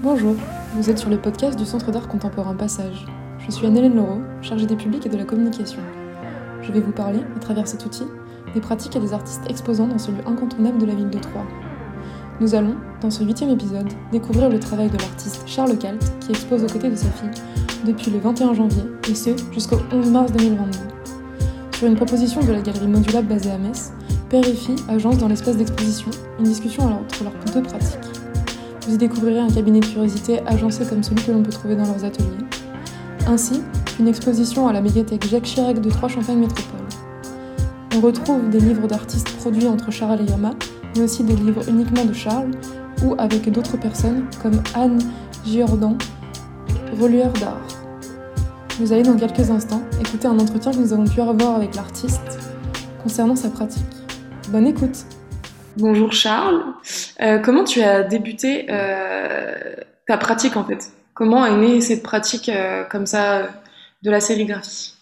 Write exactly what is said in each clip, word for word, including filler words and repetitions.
Bonjour, vous êtes sur le podcast du Centre d'art contemporain Passage. Je suis Anne-Hélène Laureau, chargée des publics et de la communication. Je vais vous parler, à travers cet outil, des pratiques et des artistes exposants dans ce lieu incontournable de la ville de Troyes. Nous allons, dans ce huitième épisode, découvrir le travail de l'artiste Charles Calt, qui expose aux côtés de sa fille depuis le vingt et un janvier, et ce, jusqu'au onze mars deux mille vingt-deux. Sur une proposition de la galerie Modulab basée à Metz, père et fille agencent dans l'espace d'exposition une discussion entre leurs deux pratiques. Vous y découvrirez un cabinet de curiosité agencé comme celui que l'on peut trouver dans leurs ateliers, ainsi qu'une exposition à la médiathèque Jacques Chirac de Troyes-Champagne Métropole. On retrouve des livres d'artistes produits entre Charles et Yama, mais aussi des livres uniquement de Charles, ou avec d'autres personnes comme Anne Giordan, relieur d'art. Vous allez dans quelques instants écouter un entretien que nous avons pu avoir avec l'artiste concernant sa pratique. Bonne écoute. Bonjour Charles, euh, comment tu as débuté euh, ta pratique en fait? Comment est née cette pratique euh, comme ça de la sérigraphie?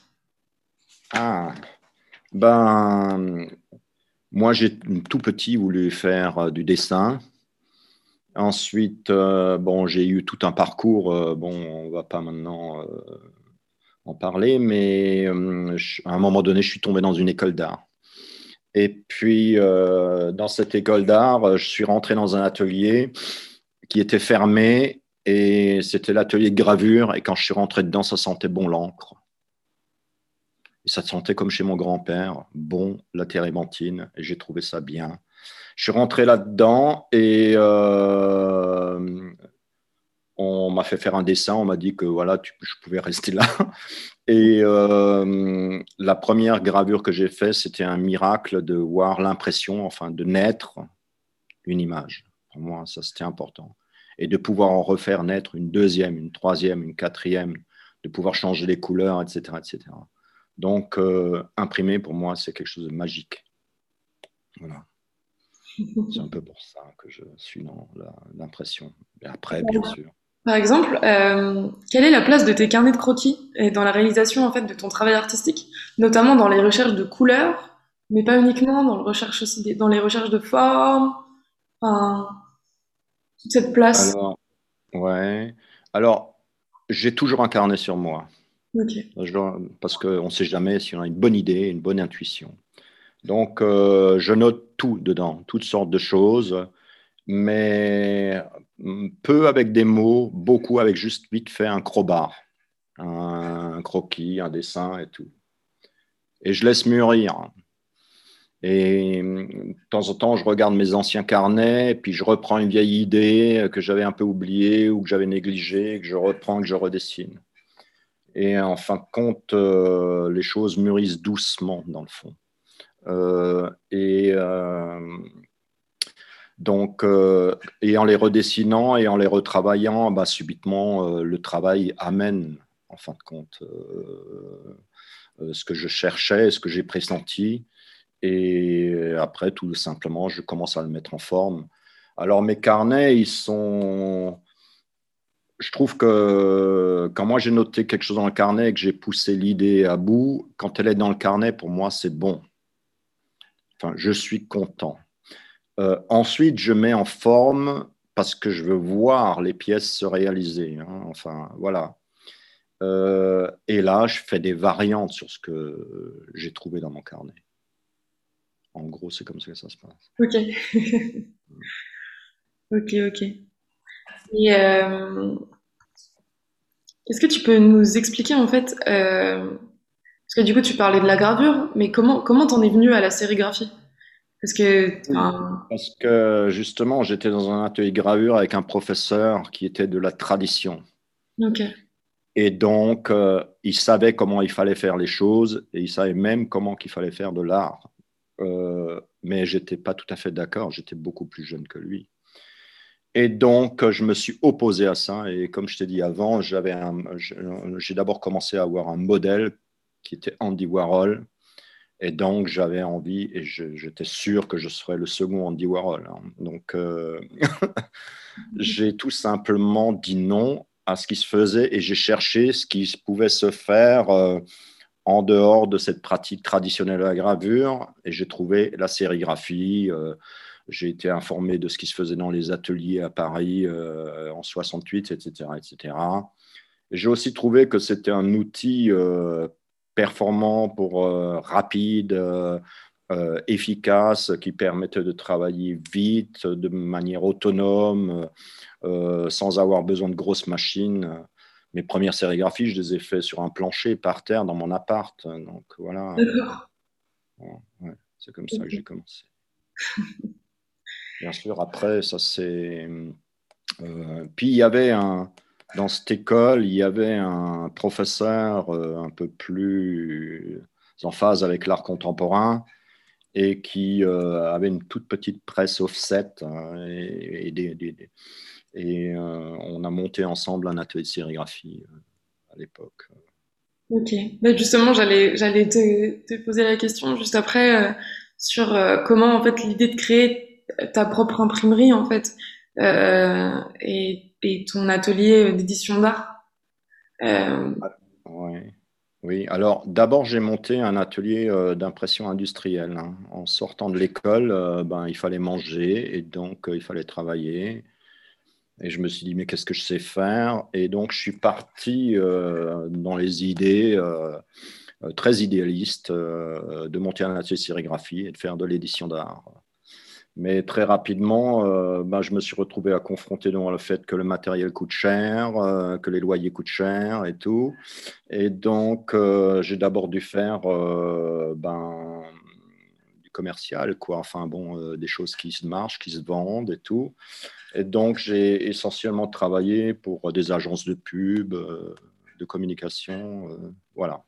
Ah, ben, moi j'ai tout petit voulu faire euh, du dessin. Ensuite, euh, bon, j'ai eu tout un parcours. Euh, bon, on va pas maintenant euh, en parler, mais euh, je- à un moment donné, je suis tombé dans une école d'art. Et puis, euh, dans cette école d'art, euh, je suis rentré dans un atelier qui était fermé et c'était l'atelier de gravure. Et quand je suis rentré dedans, ça sentait bon l'encre. Et ça sentait comme chez mon grand-père, bon, la térébenthine, et j'ai trouvé ça bien. Je suis rentré là-dedans et euh, on m'a fait faire un dessin, on m'a dit que voilà, tu, je pouvais rester là. Et euh, la première gravure que j'ai faite, c'était un miracle de voir l'impression, enfin de naître une image. Pour moi, ça c'était important. Et de pouvoir en refaire naître une deuxième, une troisième, une quatrième, de pouvoir changer les couleurs, et cetera, et cetera. Donc, euh, imprimer, pour moi, c'est quelque chose de magique. Voilà. C'est un peu pour ça que je suis dans la- l'impression. Et après, bien sûr. Par exemple, euh, quelle est la place de tes carnets de croquis et dans la réalisation en fait de ton travail artistique, notamment dans les recherches de couleurs, mais pas uniquement, dans, le recherche aussi des- dans les recherches de formes, enfin, toute cette place. Alors, ouais. Alors, j'ai toujours un carnet sur moi. Ok. Je dois- parce qu'on ne sait jamais si on a une bonne idée, une bonne intuition. Donc, euh, je note tout dedans, toutes sortes de choses, mais hum, peu avec des mots, beaucoup avec juste vite fait un crowbar, un croquis, un dessin et tout. Et je laisse mûrir. Et hum, de temps en temps, je regarde mes anciens carnets, puis je reprends une vieille idée que j'avais un peu oubliée ou que j'avais négligée, que je reprends, que je redessine. Et en fin de compte, euh, les choses mûrissent doucement dans le fond. Euh, et euh, donc, euh, et en les redessinant et en les retravaillant, bah, subitement, euh, le travail amène, en fin de compte, euh, euh, ce que je cherchais, ce que j'ai pressenti. Et après, tout simplement, je commence à le mettre en forme. Alors, mes carnets, ils sont. Je trouve que quand moi j'ai noté quelque chose dans le carnet et que j'ai poussé l'idée à bout, quand elle est dans le carnet, pour moi, c'est bon. Enfin, je suis content. Euh, ensuite, je mets en forme parce que je veux voir les pièces se réaliser, hein. Enfin, voilà. Euh, et là, je fais des variantes sur ce que j'ai trouvé dans mon carnet. En gros, c'est comme ça que ça se passe. Ok. Ok, ok. Et euh, est-ce que tu peux nous expliquer en fait, euh, parce que du coup tu parlais de la gravure, mais comment comment t'en es venu à la sérigraphie? Parce que, Oui. enfin, Parce que justement, j'étais dans un atelier de gravure avec un professeur qui était de la tradition. ok. Et donc, euh, il savait comment il fallait faire les choses et il savait même comment qu'il fallait faire de l'art. Euh, mais j'étais pas tout à fait d'accord, j'étais beaucoup plus jeune que lui. Et donc, je me suis opposé à ça. Et comme je t'ai dit avant, j'avais un, j'ai d'abord commencé à avoir un modèle qui était Andy Warhol. Et donc, j'avais envie, et je- j'étais sûr que je serais le second Andy Warhol, hein. Donc, euh, j'ai tout simplement dit non à ce qui se faisait et j'ai cherché ce qui pouvait se faire euh, en dehors de cette pratique traditionnelle de la gravure. Et j'ai trouvé la sérigraphie, euh, j'ai été informé de ce qui se faisait dans les ateliers à Paris euh, en soixante-huit, et cetera, et cetera. J'ai aussi trouvé que c'était un outil euh, performant, pour euh, rapide, euh, euh, efficace, qui permettait de travailler vite, de manière autonome, euh, sans avoir besoin de grosses machines. Mes premières sérigraphies, je les ai faites sur un plancher par terre dans mon appart. Donc voilà, D'accord. ouais, ouais, c'est comme ça que j'ai Ok. commencé. Bien sûr, après, ça c'est. Euh, puis il y avait un. Dans cette école, il y avait un professeur euh, un peu plus en phase avec l'art contemporain et qui euh, avait une toute petite presse offset, hein, et, et, des, des, des- et euh, on a monté ensemble un atelier de sérigraphie euh, à l'époque. Ok. Bah, justement, j'allais j'allais te, te poser la question juste après euh, sur euh, comment en fait l'idée de créer ta propre imprimerie en fait euh, et, et ton atelier d'édition d'art. Euh, Ah, ouais. Oui, alors d'abord j'ai monté un atelier euh, d'impression industrielle, hein. En sortant de l'école, euh, ben, il fallait manger et donc euh, il fallait travailler. Et je me suis dit, mais qu'est-ce que je sais faire? Et donc je suis parti euh, dans les idées euh, euh, très idéalistes euh, de monter un atelier de sérigraphie et de faire de l'édition d'art. Mais très rapidement, euh, ben, je me suis retrouvé à confronter devant le fait que le matériel coûte cher, euh, que les loyers coûtent cher et tout. Et donc, euh, j'ai d'abord dû faire euh, ben, du commercial, quoi. Enfin, bon, euh, des choses qui se marchent, qui se vendent et tout. Et donc, j'ai essentiellement travaillé pour des agences de pub, euh, de communication, euh, voilà.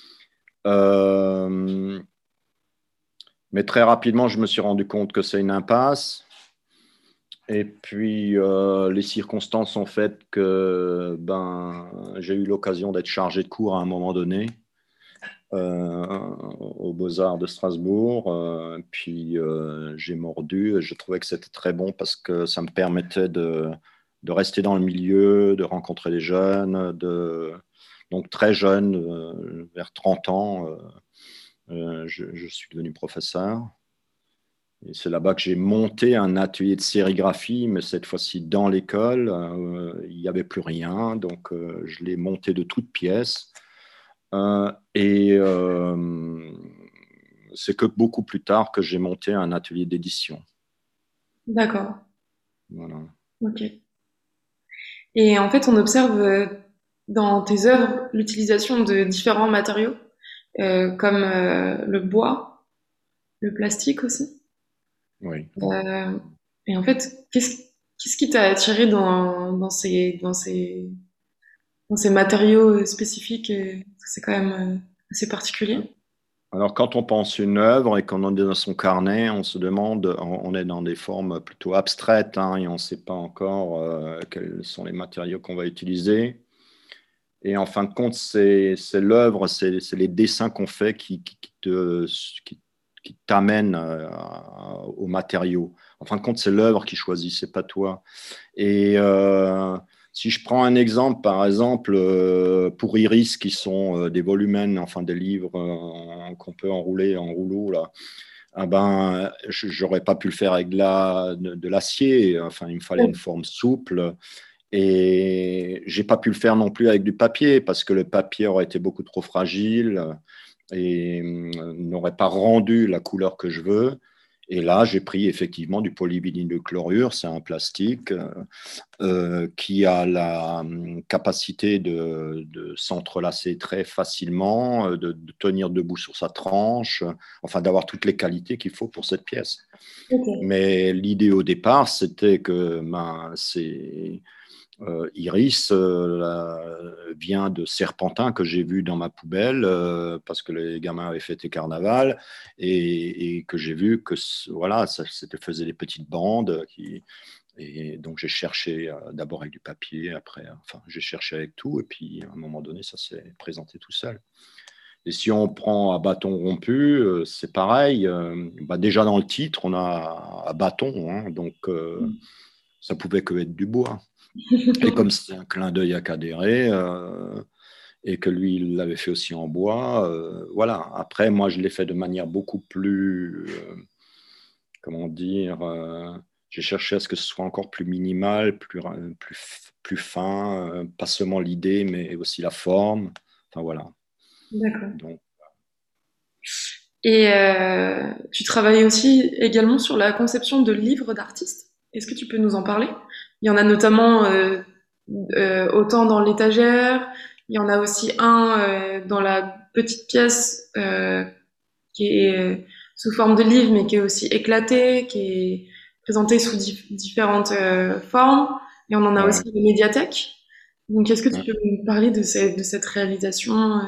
Euh, mais très rapidement, je me suis rendu compte que c'est une impasse. Et puis, euh, les circonstances ont fait que ben, j'ai eu l'occasion d'être chargé de cours à un moment donné euh, aux Beaux-Arts de Strasbourg. Euh, puis, euh, j'ai mordu. Je trouvais que c'était très bon parce que ça me permettait de, de rester dans le milieu, de rencontrer des jeunes. De... Donc, très jeune, euh, vers trente ans, euh, euh, je, je suis devenu professeur. Et c'est là-bas que j'ai monté un atelier de sérigraphie, mais cette fois-ci dans l'école. Euh, il n'y avait plus rien, donc euh, je l'ai monté de toutes pièces. Euh, et euh, c'est que beaucoup plus tard que j'ai monté un atelier d'édition. d'accord. Voilà. Ok. Et en fait, on observe euh, dans tes œuvres l'utilisation de différents matériaux euh, comme euh, le bois, le plastique aussi. Oui. Euh, et en fait, qu'est-ce qu'est-ce qui t'a attiré dans, dans ces, dans ces, dans ces matériaux spécifiques? euh, parce que c'est quand même euh, assez particulier. Alors, quand on pense une œuvre et qu'on en est dans son carnet, on se demande, on on est dans des formes plutôt abstraites, hein, et on ne sait pas encore euh, quels sont les matériaux qu'on va utiliser. Et en fin de compte, c'est c'est l'œuvre, c'est c'est les dessins qu'on fait qui, qui, qui te, qui, qui t'amènent euh, aux matériaux. En fin de compte, c'est l'œuvre qui choisit, c'est pas toi. Et euh, si je prends un exemple, par exemple, euh, pour Iris, qui sont euh, des volumens, enfin des livres euh, qu'on peut enrouler en rouleau, là, ah ben, je n'aurais pas pu le faire avec de la, de, de l'acier. Enfin, il me fallait une forme souple. Et j'ai pas pu le faire non plus avec du papier parce que le papier aurait été beaucoup trop fragile et euh, n'aurait pas rendu la couleur que je veux. Et là, j'ai pris effectivement du polyvinylchlorure, c'est un plastique euh, euh, qui a la euh, capacité de, de s'entrelacer très facilement, euh, de, de tenir debout sur sa tranche, euh, enfin d'avoir toutes les qualités qu'il faut pour cette pièce. Ok. Mais l'idée au départ, c'était que ben, c'est euh, Iris euh, la- vient de Serpentin que j'ai vu dans ma poubelle euh, parce que les gamins avaient fêté carnaval et, et que j'ai vu que voilà, ça, ça faisait des petites bandes qui, et donc j'ai cherché euh, d'abord avec du papier, après, enfin j'ai cherché avec tout et puis à un moment donné ça s'est présenté tout seul. Et si on prend à bâton rompu, euh, c'est pareil. Euh, bah déjà dans le titre, on a à bâton, hein, donc euh, ça pouvait que être du bois. Et comme c'est un clin d'œil à Cadéré, euh, et que lui, il l'avait fait aussi en bois, euh, voilà. Après, moi, je l'ai fait de manière beaucoup plus, euh, comment dire, euh, j'ai cherché à ce que ce soit encore plus minimal, plus, plus, plus fin, euh, pas seulement l'idée, mais aussi la forme. Enfin voilà. D'accord. Donc, Et euh, tu travailles aussi également sur la conception de livres d'artistes. Est-ce que tu peux nous en parler? Il y en a notamment euh, euh, autant dans l'étagère, il y en a aussi un euh, dans la petite pièce euh, qui est euh, sous forme de livre, mais qui est aussi éclaté, qui est présenté sous dif- différentes euh, formes. Et on en a aussi ouais. les médiathèques. Donc, est-ce que tu Ouais. peux nous parler de, ces- de cette réalisation euh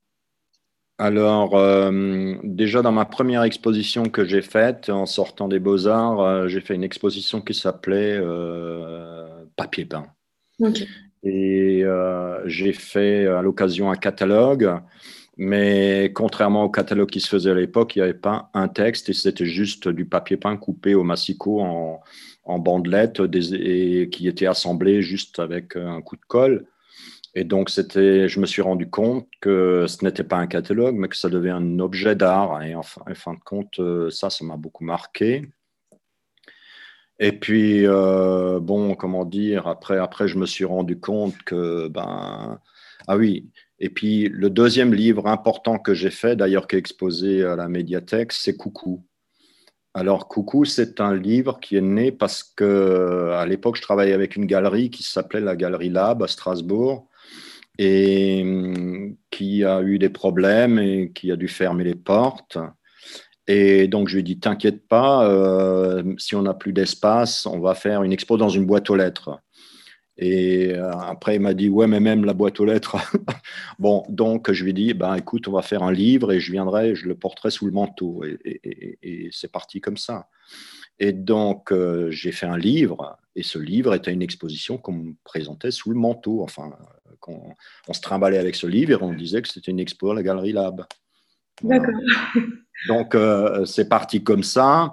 Alors, euh, déjà dans ma première exposition que j'ai faite en sortant des Beaux-Arts, euh, j'ai fait une exposition qui s'appelait euh, Papier peint. Ok, Et euh, j'ai fait à l'occasion un catalogue, mais contrairement au catalogue qui se faisait à l'époque, il n'y avait pas un texte et c'était juste du papier peint coupé au massicot en, en bandelettes des, et qui était assemblé juste avec un coup de colle. Et donc, c'était, je me suis rendu compte que ce n'était pas un catalogue, mais que ça devait être un objet d'art. Et en fin, en fin de compte, euh, ça, ça m'a beaucoup marqué. Et puis, euh, bon, comment dire, après, après, je me suis rendu compte que, ben, ah oui. Et puis, le deuxième livre important que j'ai fait, d'ailleurs, qui est exposé à la médiathèque, c'est Coucou. Alors, Coucou, c'est un livre qui est né parce que, à l'époque, je travaillais avec une galerie qui s'appelait la Galerie Lab à Strasbourg et hum, qui a eu des problèmes et qui a dû fermer les portes. Et donc, je lui ai dit, t'inquiète pas, euh, si on n'a plus d'espace, on va faire une expo dans une boîte aux lettres. Et euh, après, il m'a dit, ouais, mais même la boîte aux lettres. Bon, donc, je lui ai dit, ben, écoute, on va faire un livre et je viendrai, je le porterai sous le manteau. Et, et- et- et c'est parti comme ça. Et donc, euh, j'ai fait un livre, et ce livre était une exposition qu'on me présentait sous le manteau. Enfin, qu'on, on se trimballait avec ce livre et on disait que c'était une expo à la Galerie Lab. Voilà. d'accord. Donc, euh, c'est parti comme ça.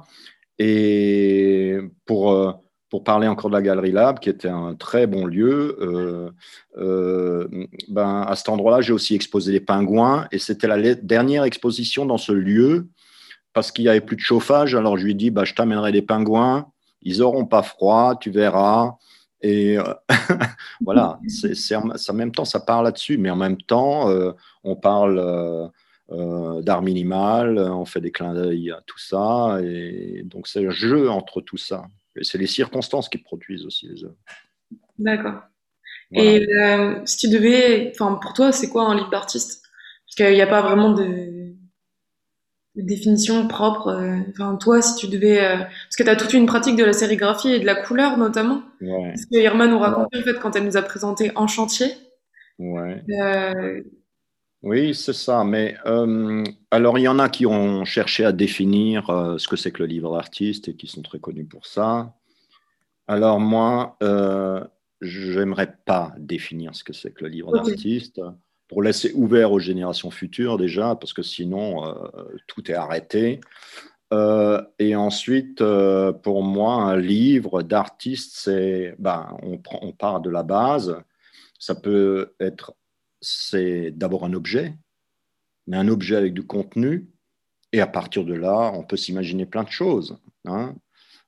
Et pour, euh, pour parler encore de la Galerie Lab, qui était un très bon lieu, euh, euh, ben, à cet endroit-là, j'ai aussi exposé les pingouins. Et c'était la dernière exposition dans ce lieu parce qu'il n'y avait plus de chauffage. Alors, je lui ai dit, bah, je t'amènerai des pingouins. Ils n'auront pas froid, tu verras. Et euh, voilà, c'est, c'est en, en même temps, ça parle là-dessus, mais en même temps, euh, on parle euh, euh, d'art minimal, on fait des clins d'œil à tout ça, et donc c'est le jeu entre tout ça. Et c'est les circonstances qui produisent aussi les œuvres. D'accord. Voilà. Et euh, si tu devais, enfin, pour toi, c'est quoi un livre d'artiste? Parce qu'il n'y a pas vraiment de, de définition propre. euh, Enfin, toi, si tu devais, euh, parce que tu as toute une pratique de la sérigraphie et de la couleur notamment. Ouais. Ce que Irma nous Alors, racontait en fait quand elle nous a présenté En chantier. ouais. Euh, Oui, c'est ça. Mais euh, alors, il y en a qui ont cherché à définir euh, ce que c'est que le livre d'artiste et qui sont très connus pour ça. Alors moi, euh, j'aimerais pas définir ce que c'est que le livre ok, d'artiste pour laisser ouvert aux générations futures déjà, parce que sinon euh, tout est arrêté. Euh, et ensuite, euh, pour moi, un livre d'artiste, c'est, ben, on prend, on part de la base. Ça peut être, c'est d'abord un objet, mais un objet avec du contenu. Et à partir de là, on peut s'imaginer plein de choses, hein.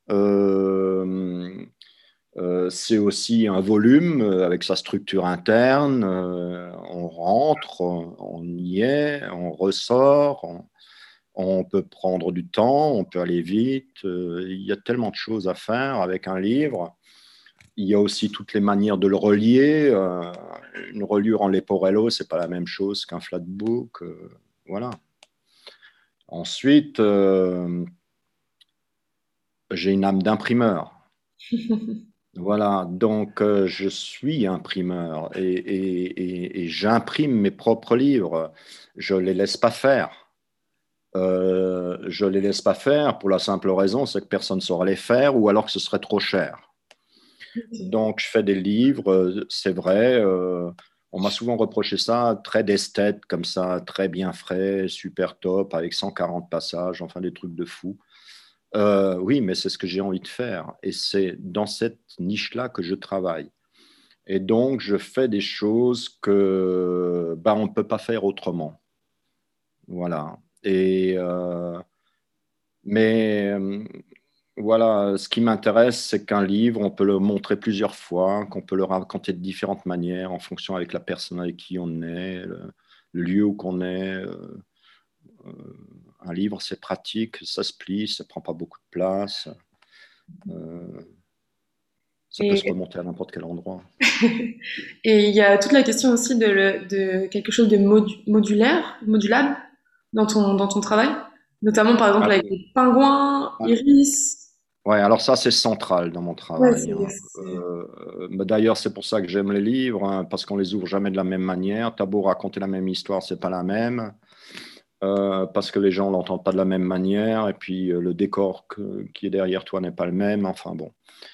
Euh, euh, c'est aussi un volume euh, avec sa structure interne. Euh, on rentre, on, on y est, on ressort, on, on peut prendre du temps, on peut aller vite. Euh, il y a tellement de choses à faire avec un livre. Il y a aussi toutes les manières de le relier. Euh, une reliure en Leporello, c'est pas la même chose qu'un flatbook. Euh, voilà. Ensuite, euh, j'ai une âme d'imprimeur. Voilà, donc euh, je suis imprimeur et, et- et- et j'imprime mes propres livres. Je ne les laisse pas faire. Euh, je ne les laisse pas faire pour la simple raison, c'est que personne ne saura les faire ou alors que ce serait trop cher. ok. Donc je fais des livres, euh, c'est vrai. Euh, on m'a souvent reproché ça, très d'esthète comme ça, très bien frais, super top, avec cent quarante passages, enfin des trucs de fou. Euh, oui, mais c'est ce que j'ai envie de faire et c'est dans cette niche-là que je travaille. Et donc, je fais des choses que bah, on ne peut pas faire autrement. Voilà. Et, euh, mais, voilà, ce qui m'intéresse, c'est qu'un livre, on peut le montrer plusieurs fois, qu'on peut le raconter de différentes manières en fonction avec la personne avec qui on est, le, le lieu où qu'on est. Euh, euh, un livre, c'est pratique, ça se plie, ça prend pas beaucoup de place. Euh, ça peut se Et remonter à n'importe quel endroit. et il y a toute la question aussi de, le- de quelque chose de modu- modulaire, modulable dans ton, dans ton travail, notamment par exemple Ah avec oui. les pingouins, Ah, iris. ouais, alors ça, c'est central dans mon Ouais, travail, c'est, hein. c'est- Euh, mais d'ailleurs, c'est pour ça que j'aime les livres, hein, parce qu'on les ouvre jamais de la même manière. T'as beau raconter la même histoire, c'est pas la même, euh, parce que les gens l'entendent pas de la même manière, et puis euh, le décor que- qui est derrière toi n'est pas le même. Enfin bon.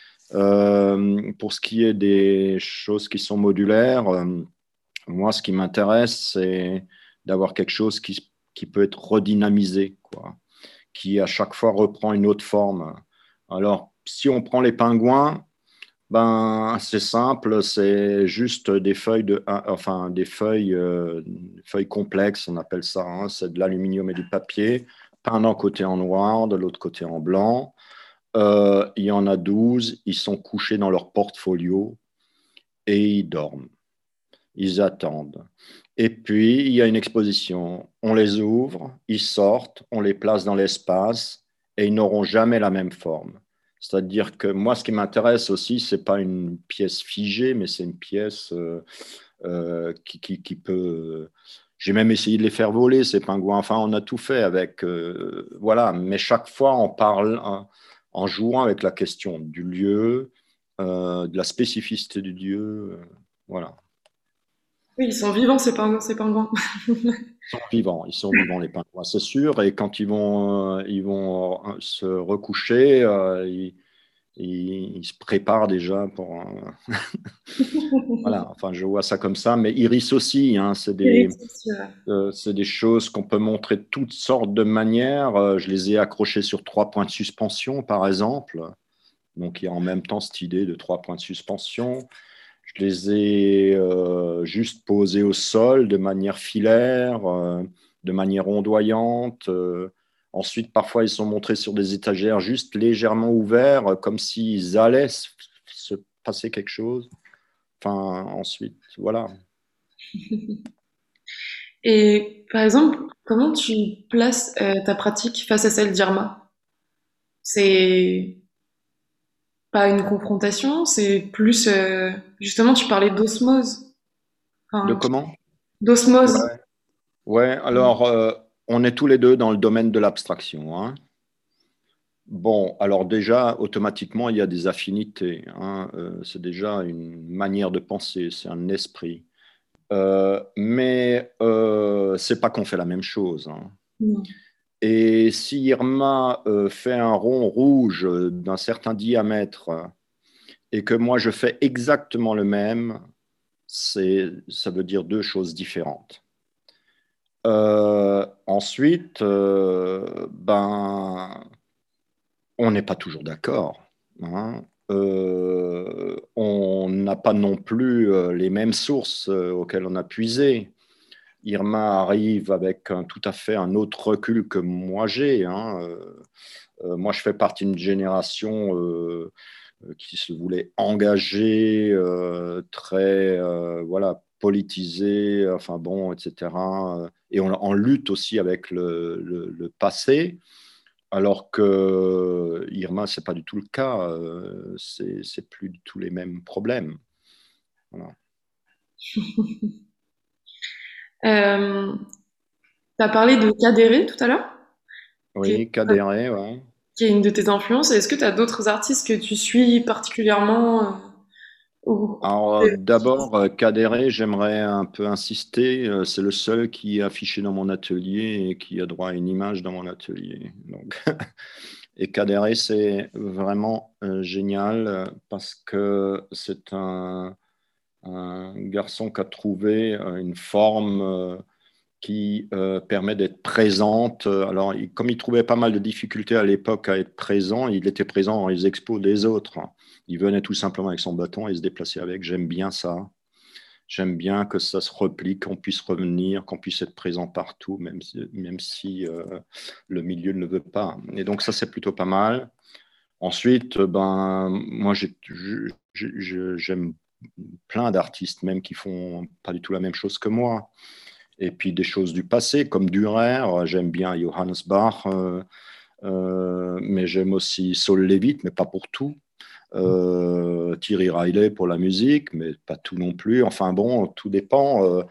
Euh, pour ce qui est des choses qui sont modulaires, euh, moi, ce qui m'intéresse, c'est d'avoir quelque chose qui, qui peut être redynamisé, quoi, qui à chaque fois reprend une autre forme. Alors, si on prend les pingouins, ben, c'est simple, c'est juste des feuilles, de, enfin, des feuilles, euh, feuilles complexes, on appelle ça, hein, c'est de l'aluminium et du papier, peint d'un côté en noir, de l'autre côté en blanc. Euh, il y en a douze, ils sont couchés dans leur portfolio et ils dorment, ils attendent. Et puis, il y a une exposition. On les ouvre, ils sortent, on les place dans l'espace et ils n'auront jamais la même forme. C'est-à-dire que moi, ce qui m'intéresse aussi, ce n'est pas une pièce figée, mais c'est une pièce euh, euh, qui, qui, qui, peut... J'ai même essayé de les faire voler, ces pingouins. Enfin, on a tout fait avec... Euh, voilà, mais chaque fois, on parle en, en jouant avec la question du lieu, euh, de la spécificité du lieu. Euh, voilà. Oui, ils sont vivants ces pingouins, ces pingouins. Ils sont vivants, ils sont vivants les pingouins, c'est sûr. Et quand ils vont, euh, ils vont euh, se recoucher, euh, ils, ils- ils se préparent déjà pour. euh, voilà, enfin, je vois ça comme ça. Mais Iris aussi, hein, c'est des, Héritiers, ouais. euh, c'est des choses qu'on peut montrer de toutes sortes de manières. Euh, je les ai accrochés sur trois points de suspension, par exemple. Donc, il y a en même temps cette idée de trois points de suspension. Je les ai euh, juste posés au sol de manière filaire, euh, de manière ondoyante. Euh, ensuite, parfois, ils sont montrés sur des étagères juste légèrement ouverts, euh, comme s'ils allaient se, se passer quelque chose. Enfin, ensuite, voilà. Et par exemple, comment tu places euh, ta pratique face à celle d'Irma? C'est pas une confrontation, c'est plus euh, justement tu parlais d'osmose, De enfin, comment? d'osmose. Ouais. Ouais, alors, euh, on est tous les deux dans le domaine de l'abstraction, hein. Bon, alors déjà, automatiquement, il y a des affinités, hein. Euh, c'est déjà une manière de penser, c'est un esprit. Euh, mais euh, c'est pas qu'on fait la même chose, hein. Non. Et si Irma euh, fait un rond rouge d'un certain diamètre et que moi je fais exactement le même, c'est, ça veut dire deux choses différentes. Euh, ensuite, euh, ben, on n'est pas toujours d'accord, hein. Euh, on n'a pas non plus euh, les mêmes sources euh, auxquelles on a puisé. Irma arrive avec un, tout à fait un autre recul que moi j'ai, hein. Euh, euh, moi, je fais partie d'une génération euh, qui se voulait engagée, euh, très euh, voilà, politisée, enfin bon, et cetera. Et on, en lutte aussi avec le, le, le passé. Alors que Irma, c'est pas du tout le cas. Euh, c'est, c'est plus du tout les mêmes problèmes. Voilà. Euh, T'as parlé de Kadéré tout à l'heure, qui est, Oui, cadéré, ouais. qui est une de tes influences. Est-ce que tu as d'autres artistes que tu suis particulièrement euh, ou- Alors, euh, d'abord, euh, Kadéré, j'aimerais un peu insister. euh, C'est le seul qui est affiché dans mon atelier et qui a droit à une image dans mon atelier. Donc, et Kadéré, c'est vraiment euh, génial euh, parce que c'est un, un garçon qui a trouvé euh, une forme euh, qui euh, permet d'être présente. Alors, il- comme il trouvait pas mal de difficultés à l'époque à être présent, il était présent dans les expos des autres. Il venait tout simplement avec son bâton et se déplaçait avec. J'aime bien ça. J'aime bien que ça se replie, qu'on puisse revenir, qu'on puisse être présent partout, même si, même si euh, le milieu ne le veut pas. Et donc, ça, c'est plutôt pas mal. Ensuite, ben, moi, j'ai, je- je- j'aime plein d'artistes, même qui font pas du tout la même chose que moi. Et puis des choses du passé, comme Dürer. J'aime bien Johannes Bach, euh, euh, mais j'aime aussi Saul Levitt, mais pas pour tout. Euh, Thierry Riley pour la musique, mais pas tout non plus. Enfin bon, tout dépend. Euh,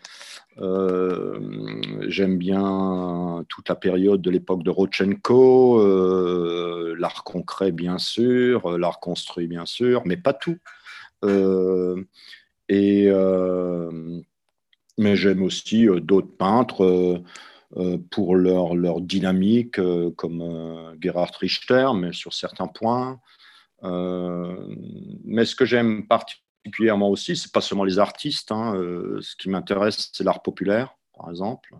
euh, j'aime bien toute la période de l'époque de Rodchenko, euh, l'art concret bien sûr, l'art construit bien sûr, mais pas tout. Euh, et euh, mais j'aime aussi euh, d'autres peintres euh, euh, pour leur, leur dynamique, euh, comme euh, Gerhard Richter, mais sur certains points. Euh, mais ce que j'aime particulièrement aussi, c'est pas seulement les artistes. Hein, euh, ce qui m'intéresse, c'est l'art populaire, par exemple.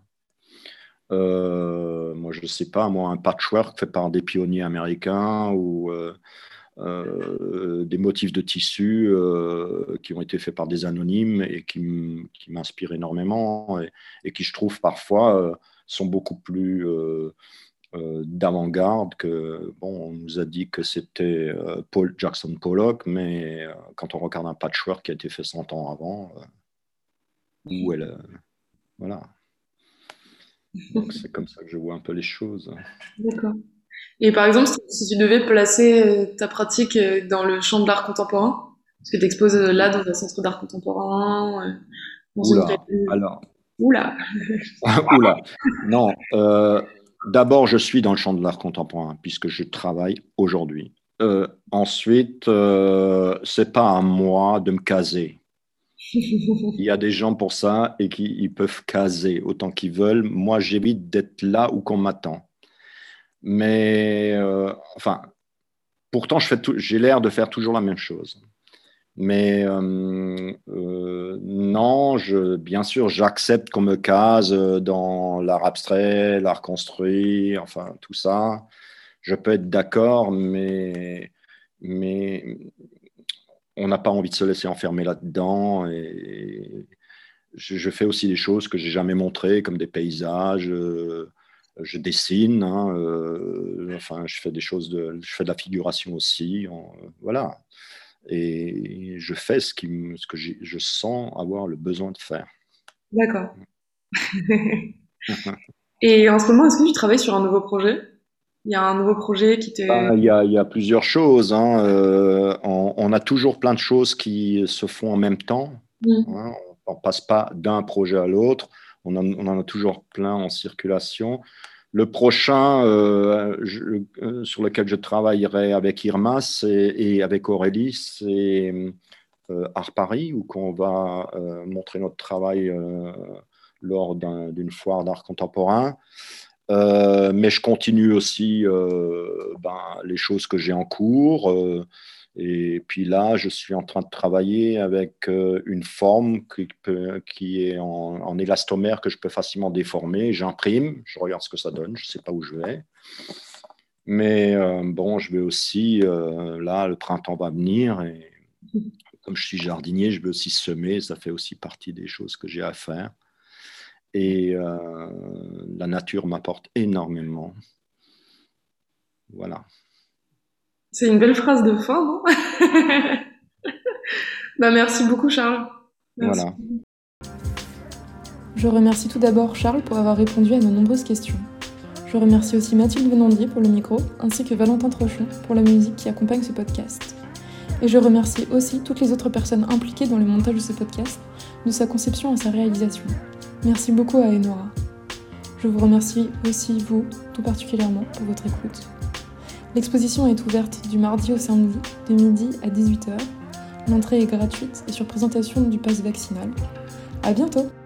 Euh, moi, je ne sais pas, moi, un patchwork fait par des pionniers américains ou euh, euh, des motifs de tissu euh, qui ont été faits par des anonymes et qui, m- qui m'inspirent énormément et, et qui, je trouve, parfois euh, sont beaucoup plus euh, euh, d'avant-garde que, bon, on nous a dit que c'était euh, Paul Jackson Pollock, mais euh, quand on regarde un patchwork qui a été fait cent ans avant, euh, où elle, euh, voilà. Donc c'est comme ça que je vois un peu les choses. D'accord. Et par exemple, si si tu devais placer euh, ta pratique euh, dans le champ de l'art contemporain, parce que tu exposes là dans un centre d'art contemporain, euh, dans une Oula, galerie. alors, Oula! oula, non. Euh, d'abord, je suis dans le champ de l'art contemporain puisque je travaille aujourd'hui. Euh, ensuite, euh, c'est pas à moi de me caser. Il y a des gens pour ça et qui ils peuvent caser autant qu'ils veulent. Moi, j'évite d'être là où qu'on m'attend. Mais euh, enfin, pourtant, je fais tout- j'ai l'air de faire toujours la même chose. Mais euh, euh, non, je, bien sûr, j'accepte qu'on me case dans l'art abstrait, l'art construit, enfin tout ça. Je peux être d'accord, mais, mais on n'a pas envie de se laisser enfermer là-dedans. Et je, je fais aussi des choses que j'ai jamais montrées, comme des paysages. Euh, je dessine, hein, euh, enfin, je fais des choses de, je fais de la figuration aussi. En- voilà. Et je fais ce, qui, me- ce que j'ai- je sens avoir le besoin de faire. D'accord. Et en ce moment, est-ce que tu travailles sur un nouveau projet? Il y a un nouveau projet qui te... Ben, Il y a, il y a plusieurs choses. Hein. Euh, on, on a toujours plein de choses qui se font en même temps. Mm. Hein. On ne passe pas d'un projet à l'autre. On en, on en a toujours plein en circulation. Le prochain euh, je- euh, sur lequel je travaillerai avec Irma c'est- et avec Aurélie, c'est euh, Art Paris, où on va euh, montrer notre travail euh, lors d'un- d'une foire d'art contemporain. Euh, mais je continue aussi euh, ben, les choses que j'ai en cours. Euh, et puis là, je suis en train de travailler avec euh, une forme qui, peut- qui est en, en élastomère que je peux facilement déformer. J'imprime, je regarde ce que ça donne, je ne sais pas où je vais. Mais euh, bon, je vais aussi, euh, là, le printemps va venir et comme je suis jardinier, je vais aussi semer. Ça fait aussi partie des choses que j'ai à faire. Et euh, la nature m'apporte énormément. Voilà. C'est une belle phrase de fin, non? Bah, merci beaucoup, Charles. Merci. Voilà. Je remercie tout d'abord Charles pour avoir répondu à nos nombreuses questions. Je remercie aussi Mathilde Venandier pour le micro, ainsi que Valentin Trochon pour la musique qui accompagne ce podcast. Et je remercie aussi toutes les autres personnes impliquées dans le montage de ce podcast, de sa conception à sa réalisation. Merci beaucoup à Enora. Je vous remercie aussi, vous, tout particulièrement, pour votre écoute. L'exposition est ouverte du mardi au samedi, de midi à dix-huit heures. L'entrée est gratuite et sur présentation du pass vaccinal. À bientôt!